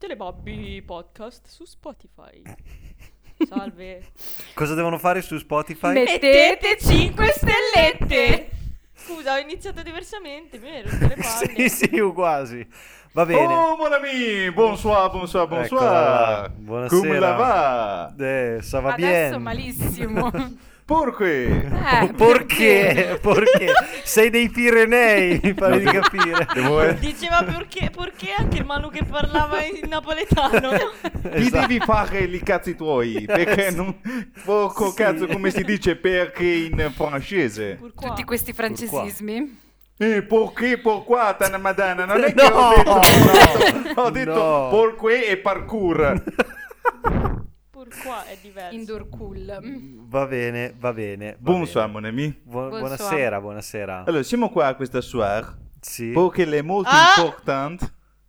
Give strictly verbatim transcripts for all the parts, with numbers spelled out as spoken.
Telebobby Podcast su Spotify. Salve. Cosa devono fare su Spotify? Mettete cinque stellette. Scusa, ho iniziato diversamente, vero? Le Sì, palle. sì, quasi. Va bene. Oh mon ami, bonsoir, bonsoir, bonsoir. Buonasera. Come la va? Eh, ça va Adesso bien. malissimo. Perché? Eh, Perché? Perché? Sei dei Pirenei, mi pare di capire. Devo... Diceva perché, perché anche il Manu che parlava in napoletano. Ti Esatto. devi fare i cazzi tuoi, perché non... Porco Sì. cazzo, come si dice perché in francese? Pourquoi? Tutti questi francesismi. Eh, perché, pourquoi, tana madana? Non è che No, ho detto... Ho detto no. perché e parkour. Pourquoi è diverso. Indoor cool. Va bene, va bene. va Bonsoir bene. mon ami. Bu- Bonsoir. buonasera, buonasera. Allora, siamo qua questa soir Sì. perché è molto Ah! importante.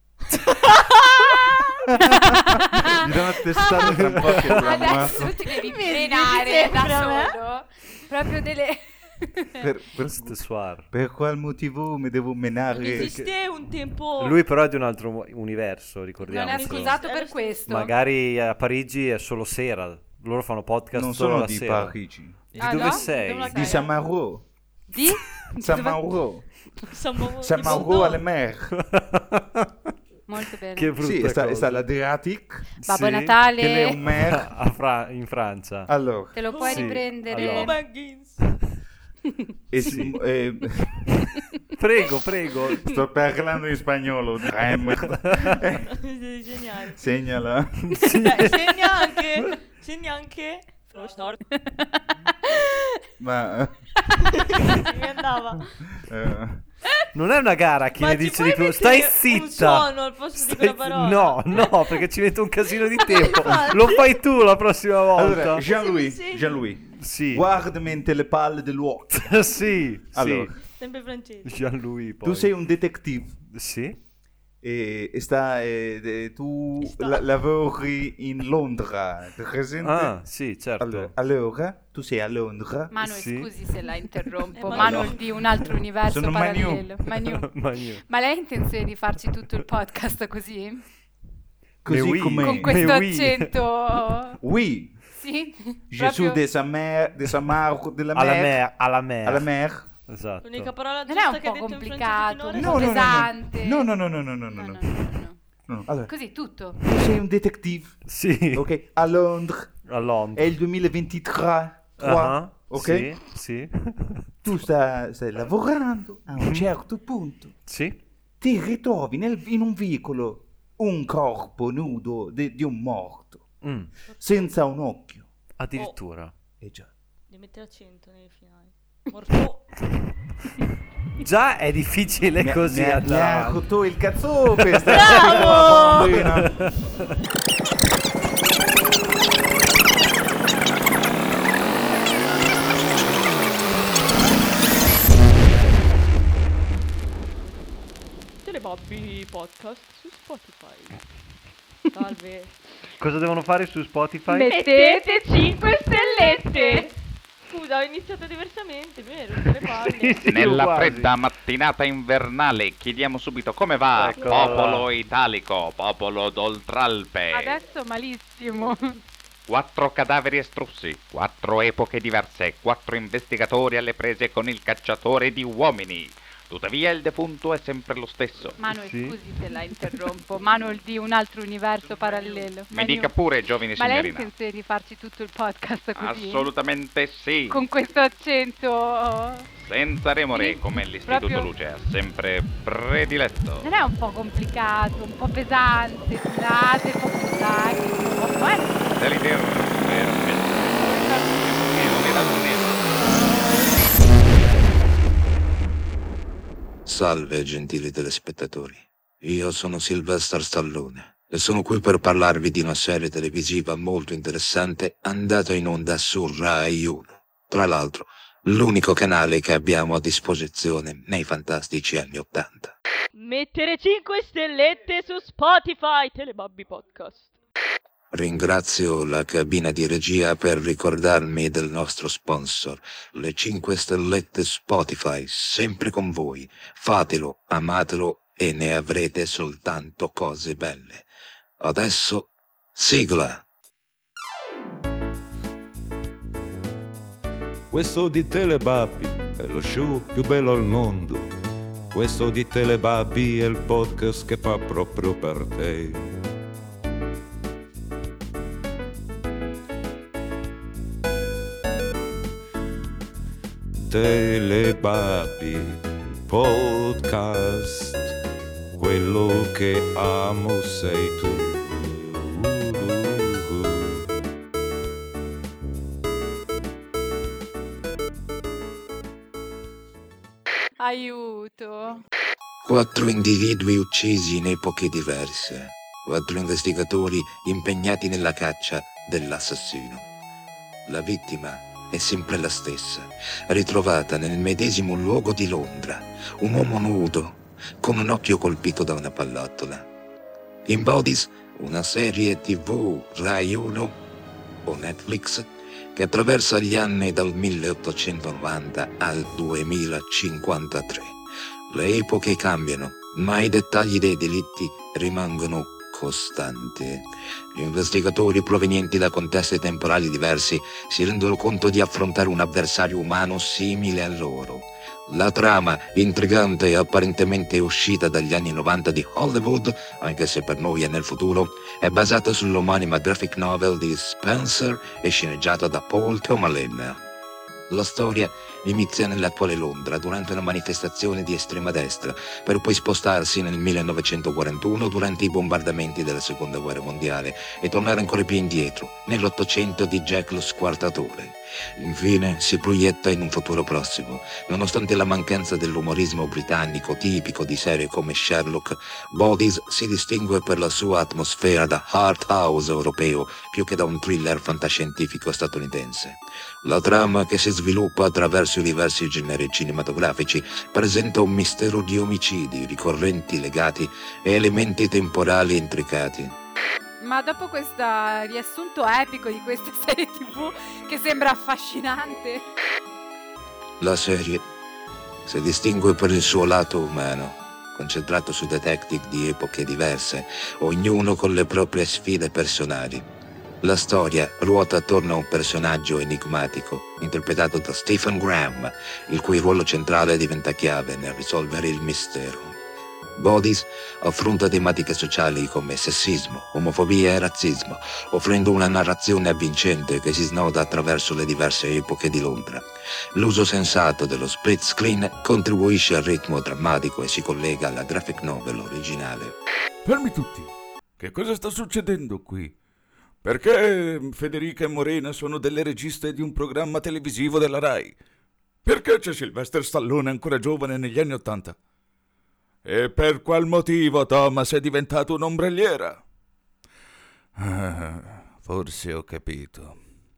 Mi do una testata tra un po' che lo Adesso ammazzo. ti devi Vedi, menare da sembra a me? solo. Proprio delle... Per, per, Questo soir. per qual motivo mi devo Non menare? esiste un tempo. Lui però è di un altro mu- universo, ricordiamo. Non è Esatto. scusato Era per sto- questo. Magari a Parigi è solo sera. Loro fanno podcast Non solo sono la di sera. Parigi, Di Ah, dove no? sei? Dove la di Saint-Mauro. Di? Saint-Mauro. Siamo Saint-Mauro alle mer. Molto bene. Che brutta Sì, sta, cosa. sta l'Adriatic, Babbo Sì, Natale. che è un mer. a Fra- in Francia. Allora, Te lo puoi Sì, riprendere. allora. Baggins. e- Sì. eh, Prego, prego. sto parlando in spagnolo. Eh, merda. Eh, Sei geniale. segnala. Dai, segna anche. Segna anche. Lo start. Ma Mi andava. eh, Non è una gara chi Ma ne ci dice puoi di più. mettere Stai un zitta. suono al posto di Stai quella zi- parola? No, no, perché ci metto un casino di tempo. Infatti. Lo fai tu la prossima volta. allora, Jean-Louis, Sì, sì. Jean-Louis, Sì. guardami in le palle dell'uomo. sì, Allora, Sempre francese. sì. Jean-Louis poi. tu sei un detective Sì. e, e sta, e- e tu Sta. la- lavori in Londra, presente? Ah, sì, certo. Allora, allora, tu sei a Londra. Manu, Sì. scusi se la interrompo. Eh, Manu Manu. di un altro universo Sono Manu. parallelo. Manu. Ma io. Ma lei ha intenzione di farci tutto il podcast così? Così Mais oui. come... Con questo oui. accento? Oui, Sì? Gesù Proprio- de sa mer, de sa mar, della Alla mer, mer, alla mer. alla mer. Esatto. L'unica parola Non è giusta un che hai po' detto in complicato, francese un finora po' è no, no, pesante? No, no, no, no, no, no, no, No, no. no, no, no. No, allora, Così tutto. tu sei un detective, Sì. ok? A Londra, A Londra. è il duemilaventitré, Ah, ok? Sì, sì. Tu stai, stai lavorando, a un certo punto Sì. ti ritrovi nel- in un vicolo un corpo nudo di, di un morto, Mm, senza un occhio. addirittura. E già. Devi mettere accento nei finali. Morto. Già è difficile Mi ha- così mi ha, mi andare ha avanti. rotto il cazzo questa Bravo! bambina. Telebobby Podcast su Spotify. Salve. Cosa devono fare su Spotify? Mettete cinque stellette. Scusa, ho iniziato diversamente, vero? Le palle. Sì, sì, Nella quasi. fredda mattinata invernale chiediamo subito come va, Eccola popolo là. italico, popolo d'Oltralpe. Adesso malissimo. Quattro cadaveri estrussi, quattro epoche diverse, quattro investigatori alle prese con il cacciatore di uomini. Tuttavia il defunto è sempre lo stesso. Manu, Sì. scusi se la interrompo. Manu di un altro universo parallelo. Mi Manu. dica pure, giovane Ma lei ha signorina. intenzione di farci tutto il podcast così? Assolutamente sì. Con questo accento? Senza remore, Sì, come l'Istituto proprio- Luce ha sempre prediletto. Non è un po' complicato, un po' pesante, scusate, un po' scusate, un po' forte. Dell'idea perfetto. E non era nero. Salve gentili telespettatori, io sono Sylvester Stallone e sono qui per parlarvi di una serie televisiva molto interessante andata in onda su Rai uno. Tra l'altro, l'unico canale che abbiamo a disposizione nei fantastici anni Ottanta. Mettere cinque stellette su Spotify. Telebobby Podcast. Ringrazio la cabina di regia per ricordarmi del nostro sponsor, le cinque stellette Spotify, sempre con voi. Fatelo, amatelo e ne avrete soltanto cose belle. Adesso, sigla. Questo di Telebabbi è lo show più bello al mondo. Questo di Telebabbi è il podcast che fa proprio per te. Telebabbi podcast, quello che amo sei tu. Aiuto. Quattro individui uccisi in epoche diverse. Quattro investigatori impegnati nella caccia dell'assassino. La vittima è sempre la stessa, ritrovata nel medesimo luogo di Londra. Un uomo nudo, con un occhio colpito da una pallottola. In Bodies, una serie tivù Rai uno o Netflix che attraversa gli anni dal milleottocentonovanta al duemilacinquantatré. Le epoche cambiano, ma i dettagli dei delitti rimangono costanti. Gli investigatori provenienti da contesti temporali diversi si rendono conto di affrontare un avversario umano simile a loro. La trama, intrigante e apparentemente uscita dagli anni novanta di Hollywood, anche se per noi è nel futuro, è basata sull'omonima graphic novel di Spencer e sceneggiata da Paul Tomalin. La storia inizia nell'attuale Londra durante una manifestazione di estrema destra, per poi spostarsi nel millenovecentoquarantuno durante i bombardamenti della Seconda Guerra Mondiale e tornare ancora più indietro, nell'Ottocento di Jack lo Squartatore. Infine si proietta in un futuro prossimo. Nonostante la mancanza dell'umorismo britannico tipico di serie come Sherlock, Bodies si distingue per la sua atmosfera da art house europeo più che da un thriller fantascientifico statunitense. La trama, che si sviluppa attraverso i diversi generi cinematografici, presenta un mistero di omicidi ricorrenti legati e elementi temporali intricati. Ma dopo questo riassunto epico di questa serie tivù che sembra affascinante. La serie si distingue per il suo lato umano, concentrato su detective di epoche diverse, ognuno con le proprie sfide personali. La storia ruota attorno a un personaggio enigmatico, interpretato da Stephen Graham, il cui ruolo centrale diventa chiave nel risolvere il mistero. Bodies affronta tematiche sociali come sessismo, omofobia e razzismo, offrendo una narrazione avvincente che si snoda attraverso le diverse epoche di Londra. L'uso sensato dello split screen contribuisce al ritmo drammatico e si collega alla graphic novel originale. Fermi tutti! Che cosa sta succedendo qui? Perché Federica e Morena sono delle registe di un programma televisivo della Rai? Perché c'è Sylvester Stallone ancora giovane negli anni Ottanta? E per qual motivo Thomas è diventato un'ombrelliera? Ah, forse ho capito.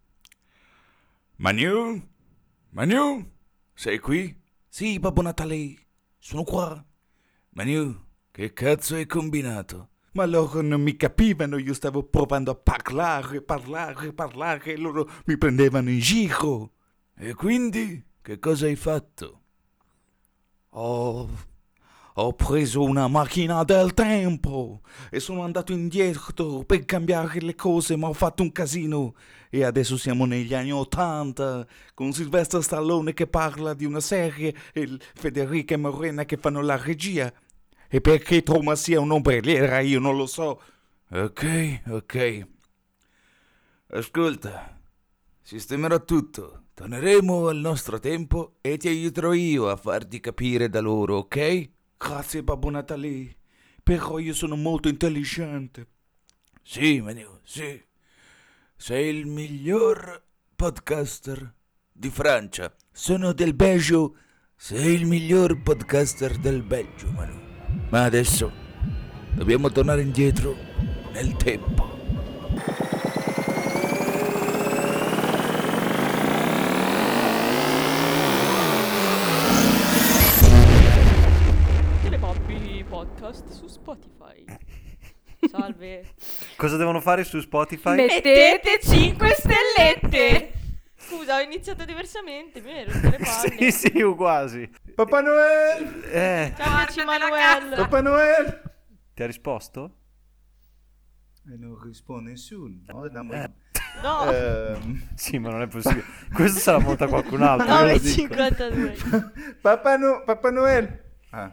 Manu? Manu? Sei qui? Sì, Babbo Natale, sono qua. Manu, che cazzo hai combinato? Ma loro non mi capivano, io stavo provando a parlare, parlare, parlare e loro mi prendevano in giro. E quindi, che cosa hai fatto? Ho... Ho preso una macchina del tempo e sono andato indietro per cambiare le cose, ma ho fatto un casino. E adesso siamo negli anni Ottanta, con Sylvester Stallone che parla di una serie e Federica e Morena che fanno la regia. E perché Thomas sia un'ombrelliera io non lo so. Ok, ok. Ascolta, sistemerò tutto. Torneremo al nostro tempo e ti aiuterò io a farti capire da loro, ok? Grazie, Babbo Natale, però io sono molto intelligente. Sì, Manu, sì. Sei il miglior podcaster di Francia. Sono del Belgio. Sei il miglior podcaster del Belgio, Manu. Ma adesso dobbiamo tornare indietro nel tempo. Podcast su Spotify. Salve. Cosa devono fare su Spotify? Mettete cinque stellette. Scusa, ho iniziato diversamente, mi ero rotte le palle. Sì, sì, quasi. Papà Noel! Eh, Ciao amici Guarda nella Manuel. cassa. Papà Noel! ti ha risposto? E non risponde nessuno. No, dammi- Eh. No, Ehm, Sì, ma non è possibile. Questo se la monta qualcun altro. io lo nove e dico. cinquantadue. Papà, no, Papà Noel. Ah.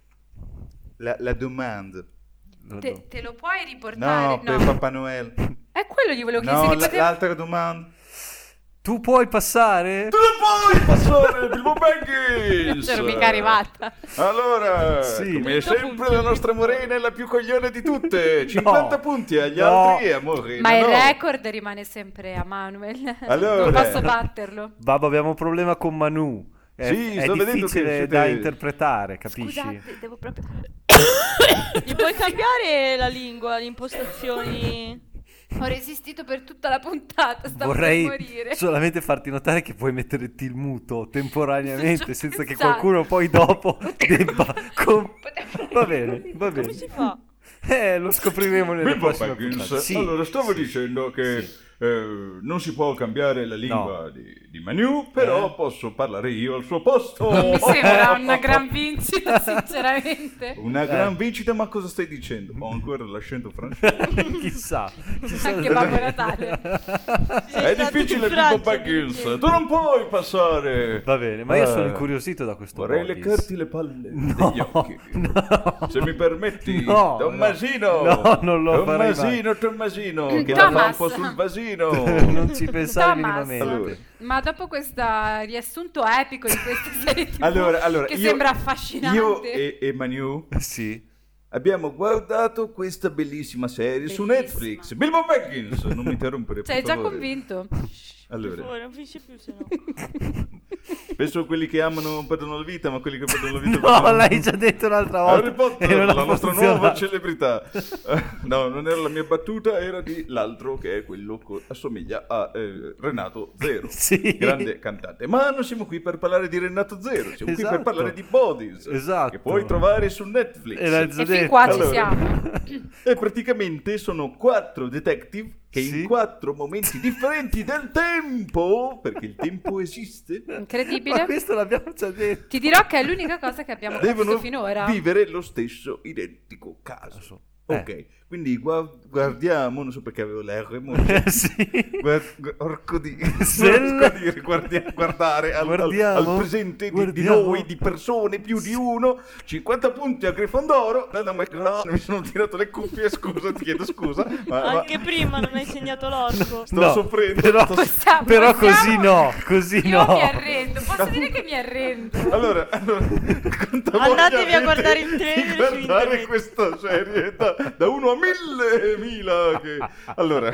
La, la domanda. Te, te lo puoi riportare? No, per Papà Noel. È quello gli volevo chiedere. No, se la- poteva- l'altra domanda. Tu puoi passare? Tu non puoi passare, Bilbo Baggins! Non c'ero mica arrivata. Allora, Sì. come sempre la nostra Morena è la più coglione di tutte. cinquanta punti agli No. altri e Morena Ma il no. record rimane sempre a Manuel. Allora. Non posso batterlo. Babbo, abbiamo un problema con Manu. È, Sì, è sto vedendo difficile che siete- da interpretare, capisci? Scusate, devo proprio... Gli puoi cambiare la lingua, le impostazioni? Ho resistito per tutta la puntata, stavo Vorrei per morire. solamente farti notare che puoi metterti il muto temporaneamente Ci ho senza che pensato. qualcuno poi dopo debba... com- Potevo- Va bene, va Come bene. si fa? Eh, lo scopriremo nelle Bilbo prossime Baggins, puntate. Sì. allora stavo Sì. dicendo che eh, non si può cambiare la lingua No. di, di Manu, però Eh. posso parlare io al suo posto. Non mi sembra una gran vincita, sinceramente. Una gran vincita, ma cosa stai dicendo? Ho ancora l'accento francese. Chissà. chissà Anche dove- Babbo Natale. È difficile, Bilbo Baggins. Tu non puoi passare. Va bene, ma io sono Eh, incuriosito da questo Vorrei Baggins. leccarti le palle No, degli occhi. no. Se mi permetti, No, Tommasino. no, non lo farei mai. Tommasino, Tommasino, che Thomas. la fa un po' sul vasino. Non ci pensare Thomas, minimamente. ma dopo questo riassunto epico di questa serie tivù Allora, allora, che io- sembra affascinante. Io e, e Manu Sì. abbiamo guardato questa bellissima serie su Bellissima. Netflix. Bilbo Baggins, non mi interrompere, Sei per già favore. convinto? Per Allora, favore, non finisce più, se no. penso quelli che amano perdono la vita, ma quelli che perdono la vita No, perdono- l'hai già detto un'altra volta. Harry Potter, e non ha la nostra funzionato. nuova celebrità. Eh, no, non era la mia battuta, era di l'altro che è quello che assomiglia a eh, Renato Zero, Sì. grande cantante. Ma non siamo qui per parlare di Renato Zero, siamo qui Esatto. per parlare di Bodies, Esatto. che puoi trovare su Netflix. E l'hai E già fin detto. qua ci Allora. siamo. E praticamente sono quattro detective che Sì. in quattro momenti differenti del tempo, perché il tempo esiste, Ma Incredibile. questo l'abbiamo già detto. Ti dirò che è l'unica cosa che abbiamo devono capito finora. vivere lo stesso identico caso. Eh. Ok, quindi gua- guardiamo, non so perché avevo l'R, mo- Sì. guard- gu- orco di, Sel- orco di guardia- guardare al, al- Guardiamo, al presente di- di, guardiamo. noi, di persone, più di uno, cinquanta punti a Grifondoro. No, no, ma- no, mi sono tirato le cuffie, scusa, ti chiedo scusa. Ma, ma Anche prima non hai segnato l'orco. sto No, soffrendo. Però, sto- Possiamo- però possiamo- così no, così Io no. mi arrendo. Posso dire che mi arrendo? Allora, allora quanta voglia Andatevi a avete guardare il di trailer su guardare internet. questa serie da, da uno a mille mila che... Allora,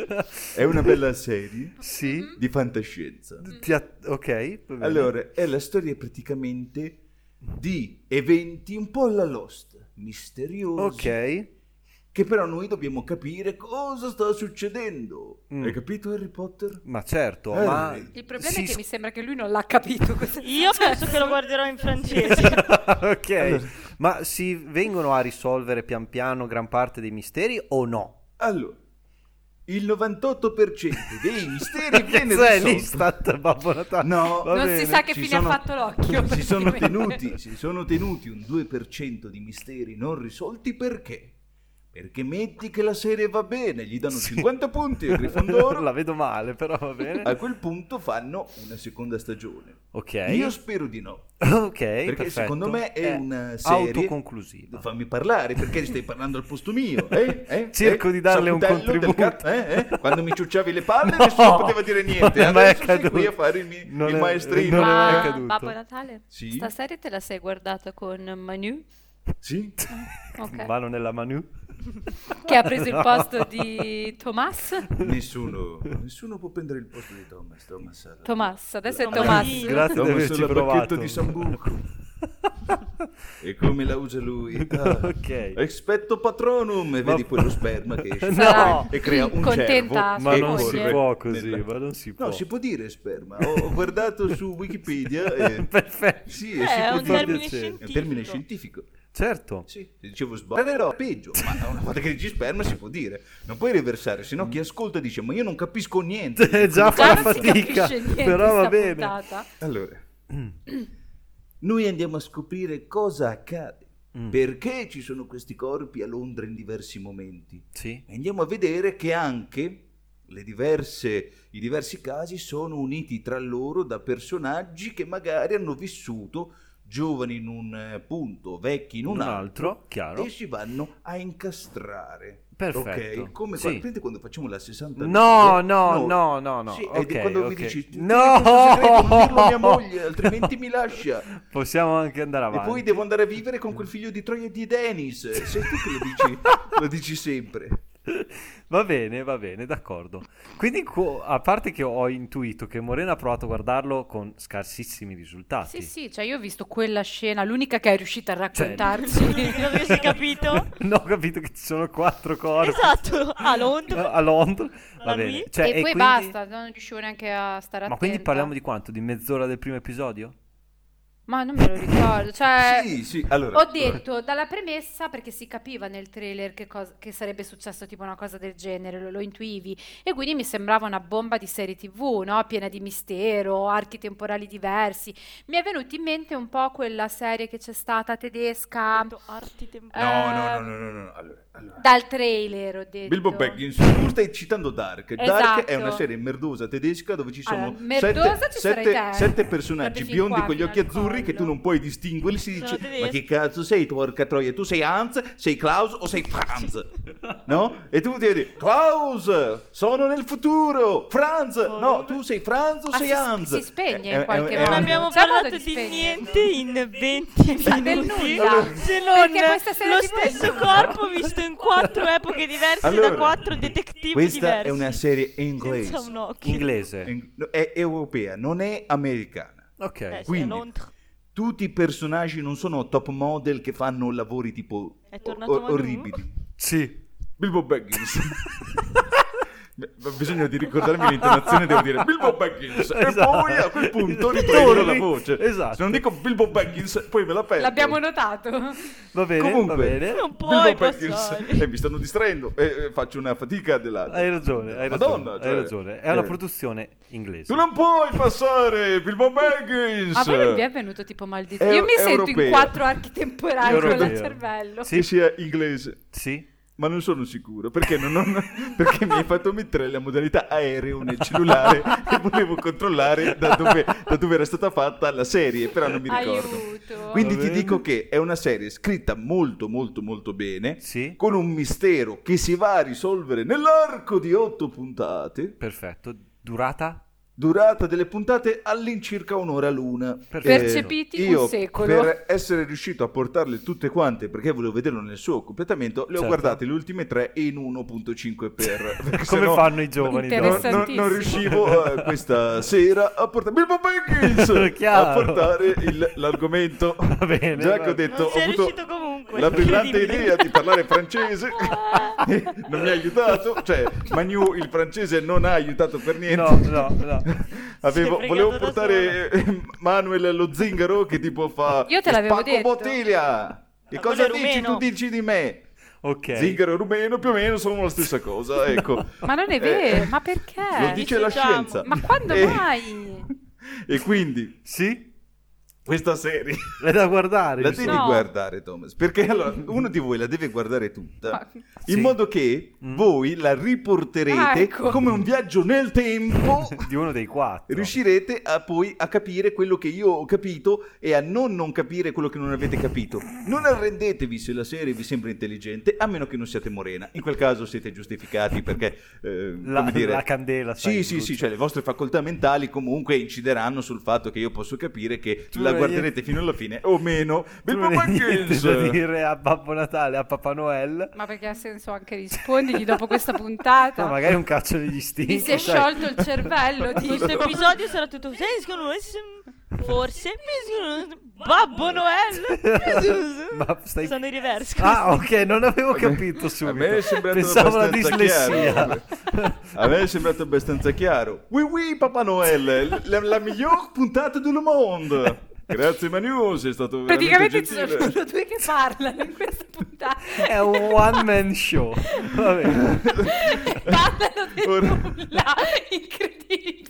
è una bella serie Sì. di fantascienza. Ti ha- Ok. va bene. Allora, è la storia praticamente di eventi un po' alla Lost, misteriosi, Ok. che però noi dobbiamo capire cosa sta succedendo. Mm. Hai capito Harry Potter? Ma certo, Eh, ma... Il problema si è che sc- mi sembra che lui non l'ha capito. Questo- Io penso che lo guarderò in francese. ok. Ma si vengono a risolvere pian piano gran parte dei misteri o no? Allora, il novantotto per cento dei misteri viene Cos'è risolto. l'Istat, Babbo Natale? No, Va non bene. si sa che Ci fine sono- ha fatto l'occhio. Si sono praticamente. tenuti, si sono tenuti un due per cento di misteri non risolti perché? Perché metti che la serie va bene, gli danno cinquanta punti a Grifondoro, La vedo male, però va bene. a quel punto fanno una seconda stagione. Ok. Io spero di no, Ok, perché perfetto. secondo me è una serie autoconclusiva. Fammi parlare, perché stai parlando al posto mio? Eh? Eh? Cerco Eh? di darle un Saputello del contributo. cat- eh? Eh? Quando mi ciucciavi le palle No, nessuno poteva dire niente. non è mai Adesso sei accaduto. qui a fare il, mi- Non il è- maestrino. non è mai Ma accaduto. Babbo Natale, Sì? sta serie te la sei guardata con Manu? Sì? Ok. Mano nella Manu. Che ha preso il posto di Thomas? Nessuno, nessuno può prendere il posto di Thomas. Thomas, ha la- Thomas, adesso è Thomas. Thomas. Grazie di Thomas averci è la provato. bacchetta di Sambuco. E come la usa lui? Ah. Ok. Expecto patronum. E Ma- vedi poi lo sperma che esce No. fuori e crea un Contenta cervo. Ma che non si corre può così, nella- ma non si può. No, si può dire sperma. Ho, ho guardato su Wikipedia e... Perfetto. Sì, e Eh, si è può un dire. termine piacere. È scientifico. un termine scientifico. Certo. Sì, se dicevo sbaglierò, peggio. Ma una volta che dici sperma si può dire. Non puoi riversare, sennò chi ascolta dice ma io non capisco niente. Eh, già Già fa non si fatica, capisce niente però va sta bene. puntata. Allora, noi andiamo a scoprire cosa accade Mm. Perché ci sono questi corpi a Londra in diversi momenti? Sì. E andiamo a vedere che anche le diverse, i diversi casi sono uniti tra loro da personaggi che magari hanno vissuto giovani in un eh, punto, vecchi in un, Un altro, altro, chiaro. e si vanno a incastrare. Perfetto. Ok? Come Sì. quando, prende quando facciamo la sessanta No, no, no, no, no. Sì, ed è Ok, quando mi ok. dici No! questo segreto non dirlo a mia moglie, altrimenti mi lascia. Possiamo anche andare E avanti. poi devo andare a vivere con quel figlio di Troia di Dennis. Sei tu che lo dici, lo dici sempre. Va bene, va bene, d'accordo. Quindi, co- a parte che ho intuito che Morena ha provato a guardarlo con scarsissimi risultati. Sì, sì, cioè io ho visto quella scena, l'unica che è riuscita a Cioè, raccontarci. Non avessi capito? Non ho capito che ci sono quattro corpi. Esatto, a Londra. A Londra. Va La bene. Louis. Cioè, e, poi quindi- basta, non riuscivo neanche a stare attenta. Ma quindi parliamo di quanto? Di mezz'ora del primo episodio? Ma non me lo ricordo, cioè... Sì, sì, allora. Ho detto dalla premessa, perché si capiva nel trailer che, cosa, che sarebbe successo tipo una cosa del genere, lo, lo intuivi, e quindi mi sembrava una bomba di serie tv, no? Piena di mistero, archi temporali diversi. Mi è venuto in mente un po' quella serie che c'è stata tedesca, Arti eh, temporali. No, no, no, no, no, no. Allora, allora. dal trailer ho detto. Bilbo Baggins, tu stai citando Dark. Dark è Esatto. una serie merdosa tedesca dove ci sono Allora, merdosa sette, ci sarai sette- te. sette personaggi Guarda fin biondi qua, con gli fino occhi al azzurri che tu collo. non puoi distinguerli. Si dice: Sono ma tedeschi. che cazzo sei tu, porca troia? Tu sei Hans, sei Klaus o sei Franz? No? E tu ti dici: Klaus, sono nel futuro. Franz, no, tu sei Franz o Ah, sei si- Hans? si spegne È- in è- qualche è- Non modo. abbiamo C'è modo parlato di di spegnerlo. niente in venti Fa del minuti. nulla. Se non Perché questa serie lo ti può- stesso corpo visto in quattro epoche diverse Allora, da quattro detective Questa diversi. è una serie inglese. Senza un occhio. Inglese. In- È europea, non è americana. Ok. Eh, sì, Quindi- a Londra. Tutti i personaggi non sono top model che fanno lavori tipo È tornato o- Manu? orribili. Sì. Bilbo Baggins. Beh, bisogna di ricordarmi l'intonazione, devo dire Bilbo Baggins e Esatto. poi a quel punto riprendo la Torni. voce. Esatto. Se non dico Bilbo Baggins poi me la perdo. L'abbiamo notato. Va bene, Comunque, va bene. Non puoi Bilbo Baggins passare. e mi stanno distraendo e e faccio una fatica della Hai ragione, hai ragione. Madonna, hai cioè, ragione. È una eh. produzione inglese. Tu non puoi passare Bilbo Baggins. A voi non vi è venuto tipo mal di È- Io mi è sento europea. in quattro archi temporali con Europea. il cervello. Sì. Che sia inglese. Sì. Ma non sono sicuro perché, non, non- perché mi hai fatto mettere la modalità aereo nel cellulare e volevo controllare da dove, da dove era stata fatta la serie, però non mi ricordo. Aiuto. Quindi Va ti bene. dico che è una serie scritta molto molto molto bene, Sì. con un mistero che si va a risolvere nell'arco di otto puntate, Perfetto. Durata? durata delle puntate all'incirca un'ora l'una. Perfetto. Percepiti un io, secolo. per essere riuscito a portarle tutte quante, perché volevo vederlo nel suo completamento, le ho Certo. guardate le ultime tre in uno virgola cinque per. perché Come sennò fanno i giovani Non, dopo? non- non riuscivo eh, questa sera a portare Bilbo Baggins a Chiaro. portare il- l'argomento. Va bene, Già va- che ho detto, Non ho sei avuto riuscito comunque. la brillante incredibile. idea di parlare francese, non mi ha aiutato, cioè Magnu il francese non ha aiutato per niente. No, no, no. Avevo- Si è fregato volevo da portare eh, Manuel allo zingaro che tipo fa Io te l'avevo "Spacco detto." bottiglia. Che Ma cosa quello è dici? rumeno. Tu dici di me. Ok. Zingaro e rumeno più o meno sono la stessa cosa, ecco. Ma non è Eh, vero, ma perché? Lo dice la Diciamo. scienza. Ma quando E- mai? E quindi Sì? questa serie È da guardare. la mi devi No. guardare, Thomas, perché allora uno di voi la deve guardare tutta, Ma- in Sì. modo che Mm. voi la riporterete Ah, ecco. come un viaggio nel tempo. di uno dei quattro. Riuscirete a poi a capire quello che io ho capito e a non non capire quello che non avete capito. Non arrendetevi se la serie vi sembra intelligente, a meno che non siate Morena. In quel caso siete giustificati perché eh, La- come dire, la candela sta Sì, in sì, luce. sì, cioè le vostre facoltà mentali comunque incideranno sul fatto che io posso capire che Tu la non hai guarderete fino alla fine o meno. Tu Bilbo non hai niente Baggins. da dire a Babbo Natale, a Papà Noel. Ma perché ha senso anche rispondigli dopo questa puntata? No, magari un cazzo degli stinchi. Mi si è sai. sciolto il cervello. Questo dico. episodio sarà tutto forse Babbo Noel. Ma stai... Sono i reverse. Ah, ok, non avevo capito A subito. me è sembrato Pensavo alla abbastanza dislessia. chiaro. A me è sembrato abbastanza chiaro. Oui, oui, Papà Noel, la, la miglior puntata del mondo. Grazie Manu, sei stato veramente Praticamente ci sono gentile. solo due che parlano in questa puntata. È un one man show. Va bene. Parlano di Ora- nulla. Incredibile.